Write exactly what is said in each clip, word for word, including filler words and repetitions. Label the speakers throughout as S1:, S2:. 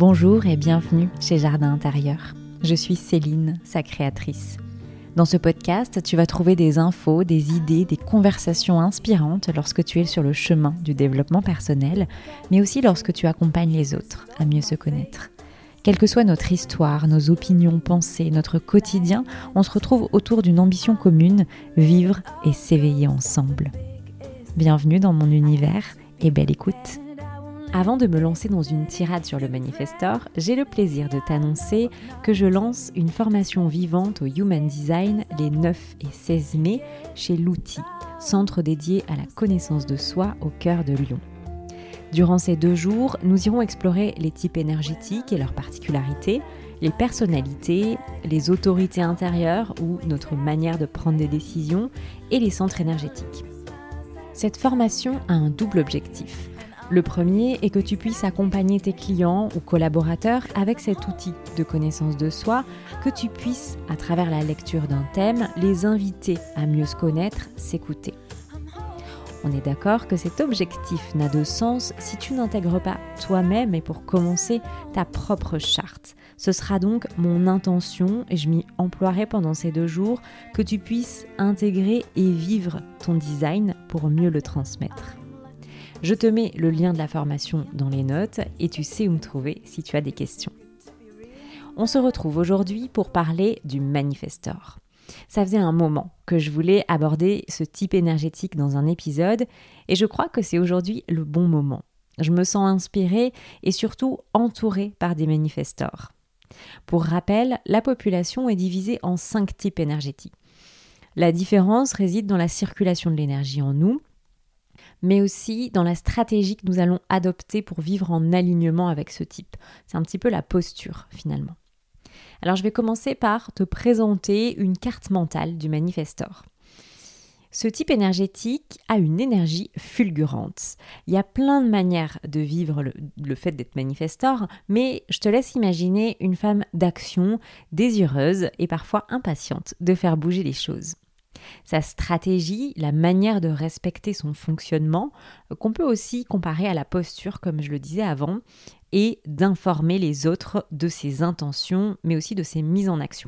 S1: Bonjour et bienvenue chez Jardin Intérieur. Je suis Céline, sa créatrice. Dans ce podcast, tu vas trouver des infos, des idées, des conversations inspirantes lorsque tu es sur le chemin du développement personnel, mais aussi lorsque tu accompagnes les autres à mieux se connaître. Quelle que soit notre histoire, nos opinions, pensées, notre quotidien, on se retrouve autour d'une ambition commune, vivre et s'éveiller ensemble. Bienvenue dans mon univers et belle écoute. Avant de me lancer dans une tirade sur le Manifestor, j'ai le plaisir de t'annoncer que je lance une formation vivante au Human Design les neuf et seize mai chez l'Outil, centre dédié à la connaissance de soi au cœur de Lyon. Durant ces deux jours, nous irons explorer les types énergétiques et leurs particularités, les personnalités, les autorités intérieures ou notre manière de prendre des décisions et les centres énergétiques. Cette formation a un double objectif. Le premier est que tu puisses accompagner tes clients ou collaborateurs avec cet outil de connaissance de soi, que tu puisses, à travers la lecture d'un thème, les inviter à mieux se connaître, s'écouter. On est d'accord que cet objectif n'a de sens si tu n'intègres pas toi-même et pour commencer ta propre charte. Ce sera donc mon intention et je m'y emploierai pendant ces deux jours que tu puisses intégrer et vivre ton design pour mieux le transmettre. Je te mets le lien de la formation dans les notes et tu sais où me trouver si tu as des questions. On se retrouve aujourd'hui pour parler du Manifestor. Ça faisait un moment que je voulais aborder ce type énergétique dans un épisode et je crois que c'est aujourd'hui le bon moment. Je me sens inspirée et surtout entourée par des Manifestors. Pour rappel, la population est divisée en cinq types énergétiques. La différence réside dans la circulation de l'énergie en nous, mais aussi dans la stratégie que nous allons adopter pour vivre en alignement avec ce type. C'est un petit peu la posture finalement. Alors je vais commencer par te présenter une carte mentale du Manifestor. Ce type énergétique a une énergie fulgurante. Il y a plein de manières de vivre le, le fait d'être Manifestor, mais je te laisse imaginer une femme d'action, désireuse et parfois impatiente de faire bouger les choses. Sa stratégie, la manière de respecter son fonctionnement, qu'on peut aussi comparer à la posture, comme je le disais avant, et d'informer les autres de ses intentions, mais aussi de ses mises en action.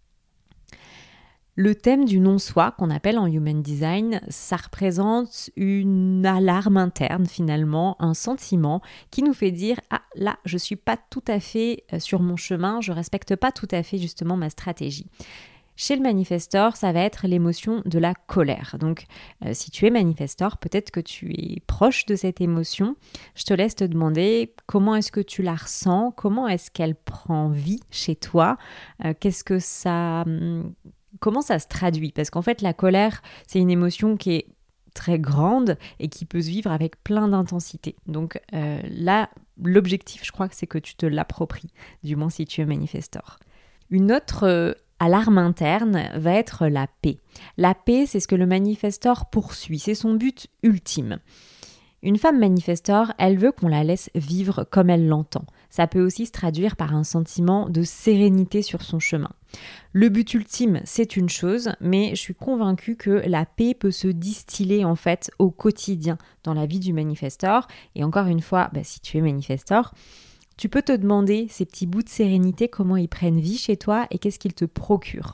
S1: Le thème du non-soi, qu'on appelle en Human Design, ça représente une alarme interne finalement, un sentiment qui nous fait dire « Ah là, je ne suis pas tout à fait sur mon chemin, je ne respecte pas tout à fait justement ma stratégie ». Chez le Manifestor, ça va être l'émotion de la colère. Donc, euh, si tu es Manifestor, peut-être que tu es proche de cette émotion. Je te laisse te demander comment est-ce que tu la ressens, comment est-ce qu'elle prend vie chez toi, euh, qu'est-ce que ça, hum, comment ça se traduit ? Parce qu'en fait, la colère, c'est une émotion qui est très grande et qui peut se vivre avec plein d'intensité. Donc euh, là, l'objectif, je crois que c'est que tu te l'appropries, du moins si tu es Manifestor. Une autre euh, alarme interne va être la paix. La paix, c'est ce que le Manifestor poursuit, c'est son but ultime. Une femme Manifestor, elle veut qu'on la laisse vivre comme elle l'entend. Ça peut aussi se traduire par un sentiment de sérénité sur son chemin. Le but ultime, c'est une chose, mais je suis convaincue que la paix peut se distiller en fait au quotidien dans la vie du Manifestor. Et encore une fois, bah, si tu es Manifestor, tu peux te demander ces petits bouts de sérénité, comment ils prennent vie chez toi et qu'est-ce qu'ils te procurent.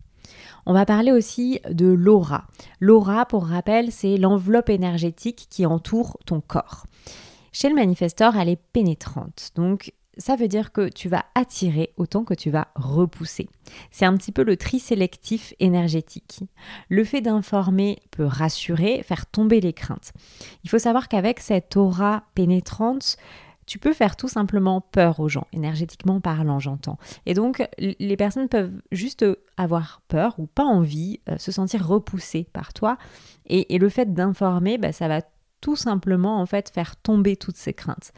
S1: On va parler aussi de l'aura. L'aura, pour rappel, c'est l'enveloppe énergétique qui entoure ton corps. Chez le Manifestor, elle est pénétrante. Donc, ça veut dire que tu vas attirer autant que tu vas repousser. C'est un petit peu le tri sélectif énergétique. Le fait d'informer peut rassurer, faire tomber les craintes. Il faut savoir qu'avec cette aura pénétrante, tu peux faire tout simplement peur aux gens, énergétiquement parlant, j'entends. Et donc, les personnes peuvent juste avoir peur ou pas envie, euh, se sentir repoussées par toi. Et, et le fait d'informer, bah, ça va tout simplement en fait faire tomber toutes ces craintes.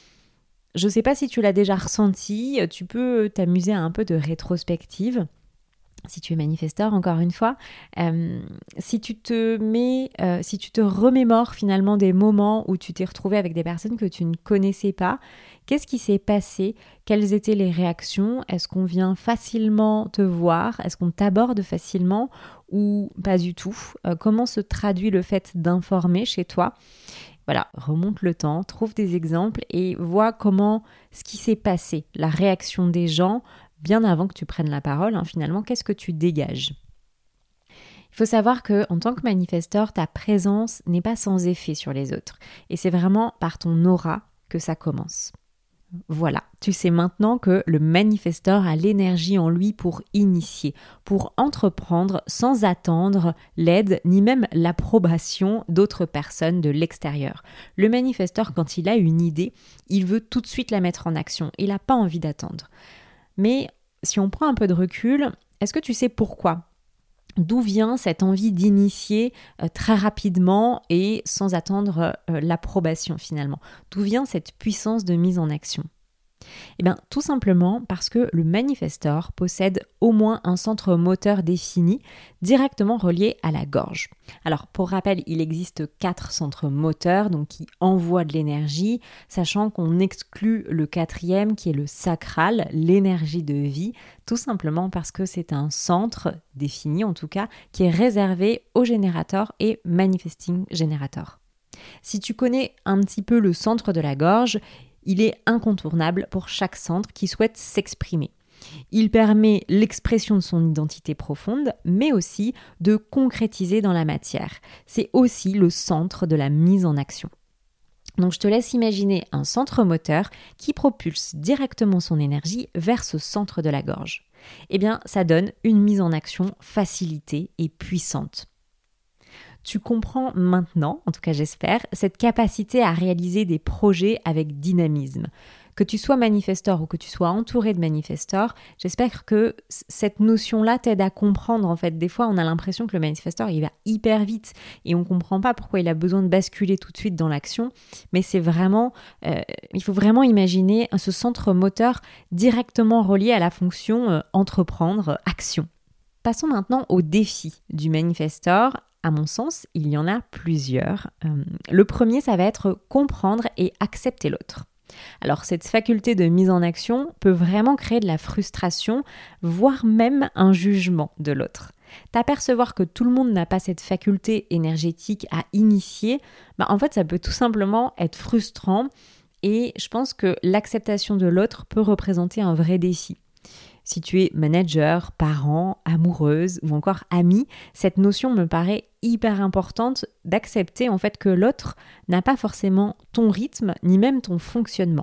S1: Je ne sais pas si tu l'as déjà ressenti, tu peux t'amuser à un peu de rétrospective. Si tu es Manifestor, encore une fois, euh, si tu te mets, euh, si tu te remémores finalement des moments où tu t'es retrouvé avec des personnes que tu ne connaissais pas, qu'est-ce qui s'est passé ? Quelles étaient les réactions ? Est-ce qu'on vient facilement te voir ? Est-ce qu'on t'aborde facilement ou pas du tout ? euh, Comment se traduit le fait d'informer chez toi ? Voilà, remonte le temps, trouve des exemples et vois comment ce qui s'est passé, la réaction des gens, bien avant que tu prennes la parole, hein, finalement, qu'est-ce que tu dégages ? Il faut savoir qu'en tant que manifesteur, ta présence n'est pas sans effet sur les autres. Et c'est vraiment par ton aura que ça commence. Voilà, tu sais maintenant que le manifesteur a l'énergie en lui pour initier, pour entreprendre sans attendre l'aide ni même l'approbation d'autres personnes de l'extérieur. Le manifesteur, quand il a une idée, il veut tout de suite la mettre en action. Il n'a pas envie d'attendre. Mais si on prend un peu de recul, est-ce que tu sais pourquoi ? D'où vient cette envie d'initier euh, très rapidement et sans attendre euh, l'approbation finalement ? D'où vient cette puissance de mise en action ? Eh bien, tout simplement parce que le manifesteur possède au moins un centre moteur défini directement relié à la gorge. Alors, pour rappel, il existe quatre centres moteurs donc qui envoient de l'énergie, sachant qu'on exclut le quatrième qui est le sacral, l'énergie de vie, tout simplement parce que c'est un centre défini en tout cas qui est réservé aux générateurs et manifesting générateurs. Si tu connais un petit peu le centre de la gorge, il est incontournable pour chaque centre qui souhaite s'exprimer. Il permet l'expression de son identité profonde, mais aussi de concrétiser dans la matière. C'est aussi le centre de la mise en action. Donc je te laisse imaginer un centre moteur qui propulse directement son énergie vers ce centre de la gorge. Eh bien, ça donne une mise en action facilitée et puissante. Tu comprends maintenant, en tout cas j'espère, cette capacité à réaliser des projets avec dynamisme. Que tu sois manifesteur ou que tu sois entouré de manifesteurs, j'espère que cette notion-là t'aide à comprendre. En fait, des fois, on a l'impression que le manifesteur, il va hyper vite et on ne comprend pas pourquoi il a besoin de basculer tout de suite dans l'action. Mais c'est vraiment, euh, il faut vraiment imaginer ce centre moteur directement relié à la fonction euh, entreprendre, action. Passons maintenant au défi du manifesteur. À mon sens, il y en a plusieurs. Euh, le premier, ça va être comprendre et accepter l'autre. Alors, cette faculté de mise en action peut vraiment créer de la frustration, voire même un jugement de l'autre. T'apercevoir que tout le monde n'a pas cette faculté énergétique à initier, bah en fait, ça peut tout simplement être frustrant et je pense que l'acceptation de l'autre peut représenter un vrai défi. Si tu es manager, parent, amoureuse ou encore amie, cette notion me paraît hyper importante d'accepter en fait que l'autre n'a pas forcément ton rythme ni même ton fonctionnement.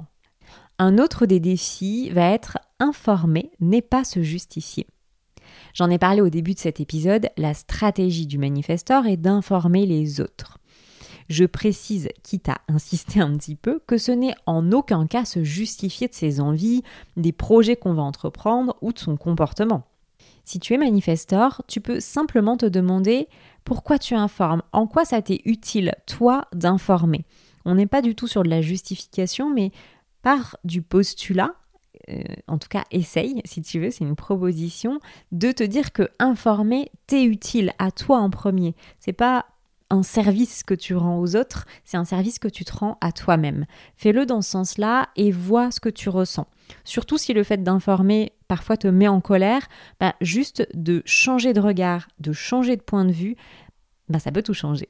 S1: Un autre des défis va être informer n'est pas se justifier. J'en ai parlé au début de cet épisode, la stratégie du manifesteur est d'informer les autres. Je précise, quitte à insister un petit peu, que ce n'est en aucun cas se justifier de ses envies, des projets qu'on va entreprendre ou de son comportement. Si tu es manifesteur, tu peux simplement te demander pourquoi tu informes, en quoi ça t'est utile, toi, d'informer. On n'est pas du tout sur de la justification, mais par du postulat, euh, en tout cas essaye, si tu veux, c'est une proposition, de te dire que informer t'est utile à toi en premier. C'est pas un service que tu rends aux autres, c'est un service que tu te rends à toi-même. Fais-le dans ce sens-là et vois ce que tu ressens. Surtout si le fait d'informer parfois te met en colère, bah juste de changer de regard, de changer de point de vue, bah ça peut tout changer.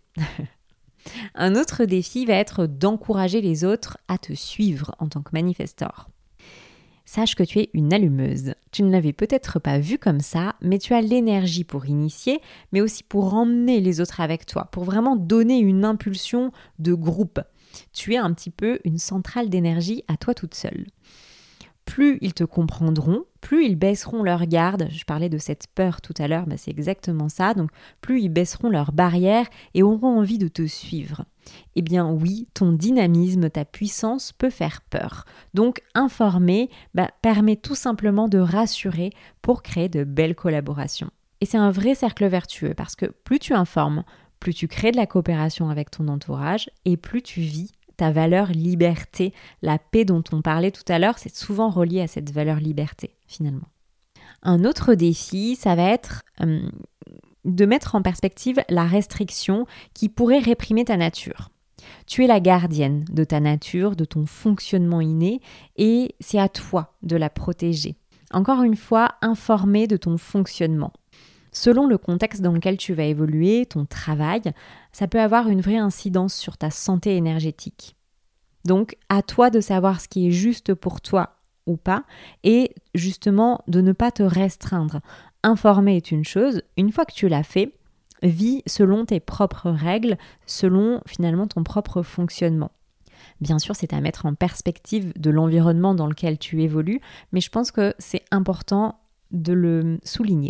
S1: Un autre défi va être d'encourager les autres à te suivre en tant que manifesteur. Sache que tu es une allumeuse. Tu ne l'avais peut-être pas vu comme ça, mais tu as l'énergie pour initier, mais aussi pour emmener les autres avec toi, pour vraiment donner une impulsion de groupe. Tu es un petit peu une centrale d'énergie à toi toute seule. Plus ils te comprendront, plus ils baisseront leur garde. Je parlais de cette peur tout à l'heure, mais c'est exactement ça. Donc, plus ils baisseront leurs barrières et auront envie de te suivre. Eh bien oui, ton dynamisme, ta puissance peut faire peur. Donc, informer bah, permet tout simplement de rassurer pour créer de belles collaborations. Et c'est un vrai cercle vertueux parce que plus tu informes, plus tu crées de la coopération avec ton entourage et plus tu vis ta valeur liberté, la paix dont on parlait tout à l'heure, c'est souvent relié à cette valeur liberté, finalement. Un autre défi, ça va être euh, de mettre en perspective la restriction qui pourrait réprimer ta nature. Tu es la gardienne de ta nature, de ton fonctionnement inné, et c'est à toi de la protéger. Encore une fois, informer de ton fonctionnement. Selon le contexte dans lequel tu vas évoluer, ton travail, ça peut avoir une vraie incidence sur ta santé énergétique. Donc, à toi de savoir ce qui est juste pour toi ou pas, et justement de ne pas te restreindre. Informer est une chose, une fois que tu l'as fait, vis selon tes propres règles, selon finalement ton propre fonctionnement. Bien sûr, c'est à mettre en perspective de l'environnement dans lequel tu évolues, mais je pense que c'est important de le souligner.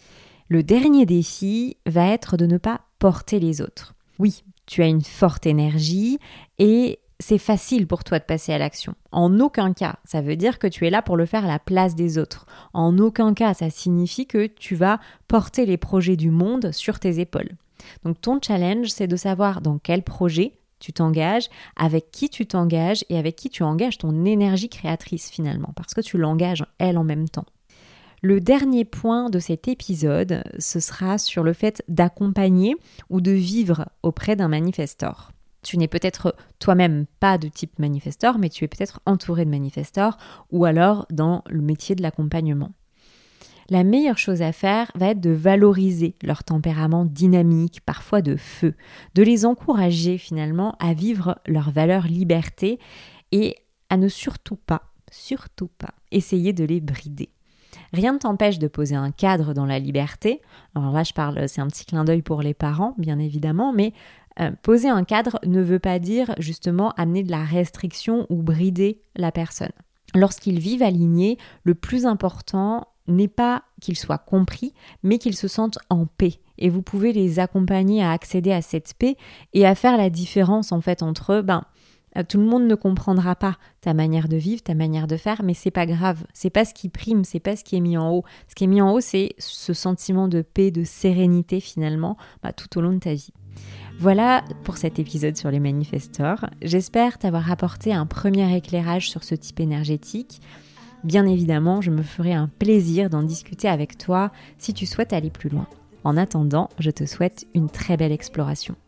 S1: Le dernier défi va être de ne pas porter les autres. Oui, tu as une forte énergie et c'est facile pour toi de passer à l'action. En aucun cas, ça veut dire que tu es là pour le faire à la place des autres. En aucun cas, ça signifie que tu vas porter les projets du monde sur tes épaules. Donc ton challenge, c'est de savoir dans quel projet tu t'engages, avec qui tu t'engages et avec qui tu engages ton énergie créatrice finalement, parce que tu l'engages elle en même temps. Le dernier point de cet épisode, ce sera sur le fait d'accompagner ou de vivre auprès d'un manifestor. Tu n'es peut-être toi-même pas de type manifestor, mais tu es peut-être entouré de manifestors ou alors dans le métier de l'accompagnement. La meilleure chose à faire va être de valoriser leur tempérament dynamique, parfois de feu, de les encourager finalement à vivre leur valeur liberté et à ne surtout pas, surtout pas, essayer de les brider. Rien ne t'empêche de poser un cadre dans la liberté. Alors là, je parle, c'est un petit clin d'œil pour les parents, bien évidemment, mais euh, poser un cadre ne veut pas dire justement amener de la restriction ou brider la personne. Lorsqu'ils vivent alignés, le plus important n'est pas qu'ils soient compris, mais qu'ils se sentent en paix. Et vous pouvez les accompagner à accéder à cette paix et à faire la différence en fait entre eux. Ben, tout le monde ne comprendra pas ta manière de vivre, ta manière de faire, mais c'est pas grave. C'est pas ce qui prime, c'est pas ce qui est mis en haut. Ce qui est mis en haut, c'est ce sentiment de paix, de sérénité finalement, bah, tout au long de ta vie. Voilà pour cet épisode sur les manifestors. J'espère t'avoir apporté un premier éclairage sur ce type énergétique. Bien évidemment, je me ferai un plaisir d'en discuter avec toi si tu souhaites aller plus loin. En attendant, je te souhaite une très belle exploration.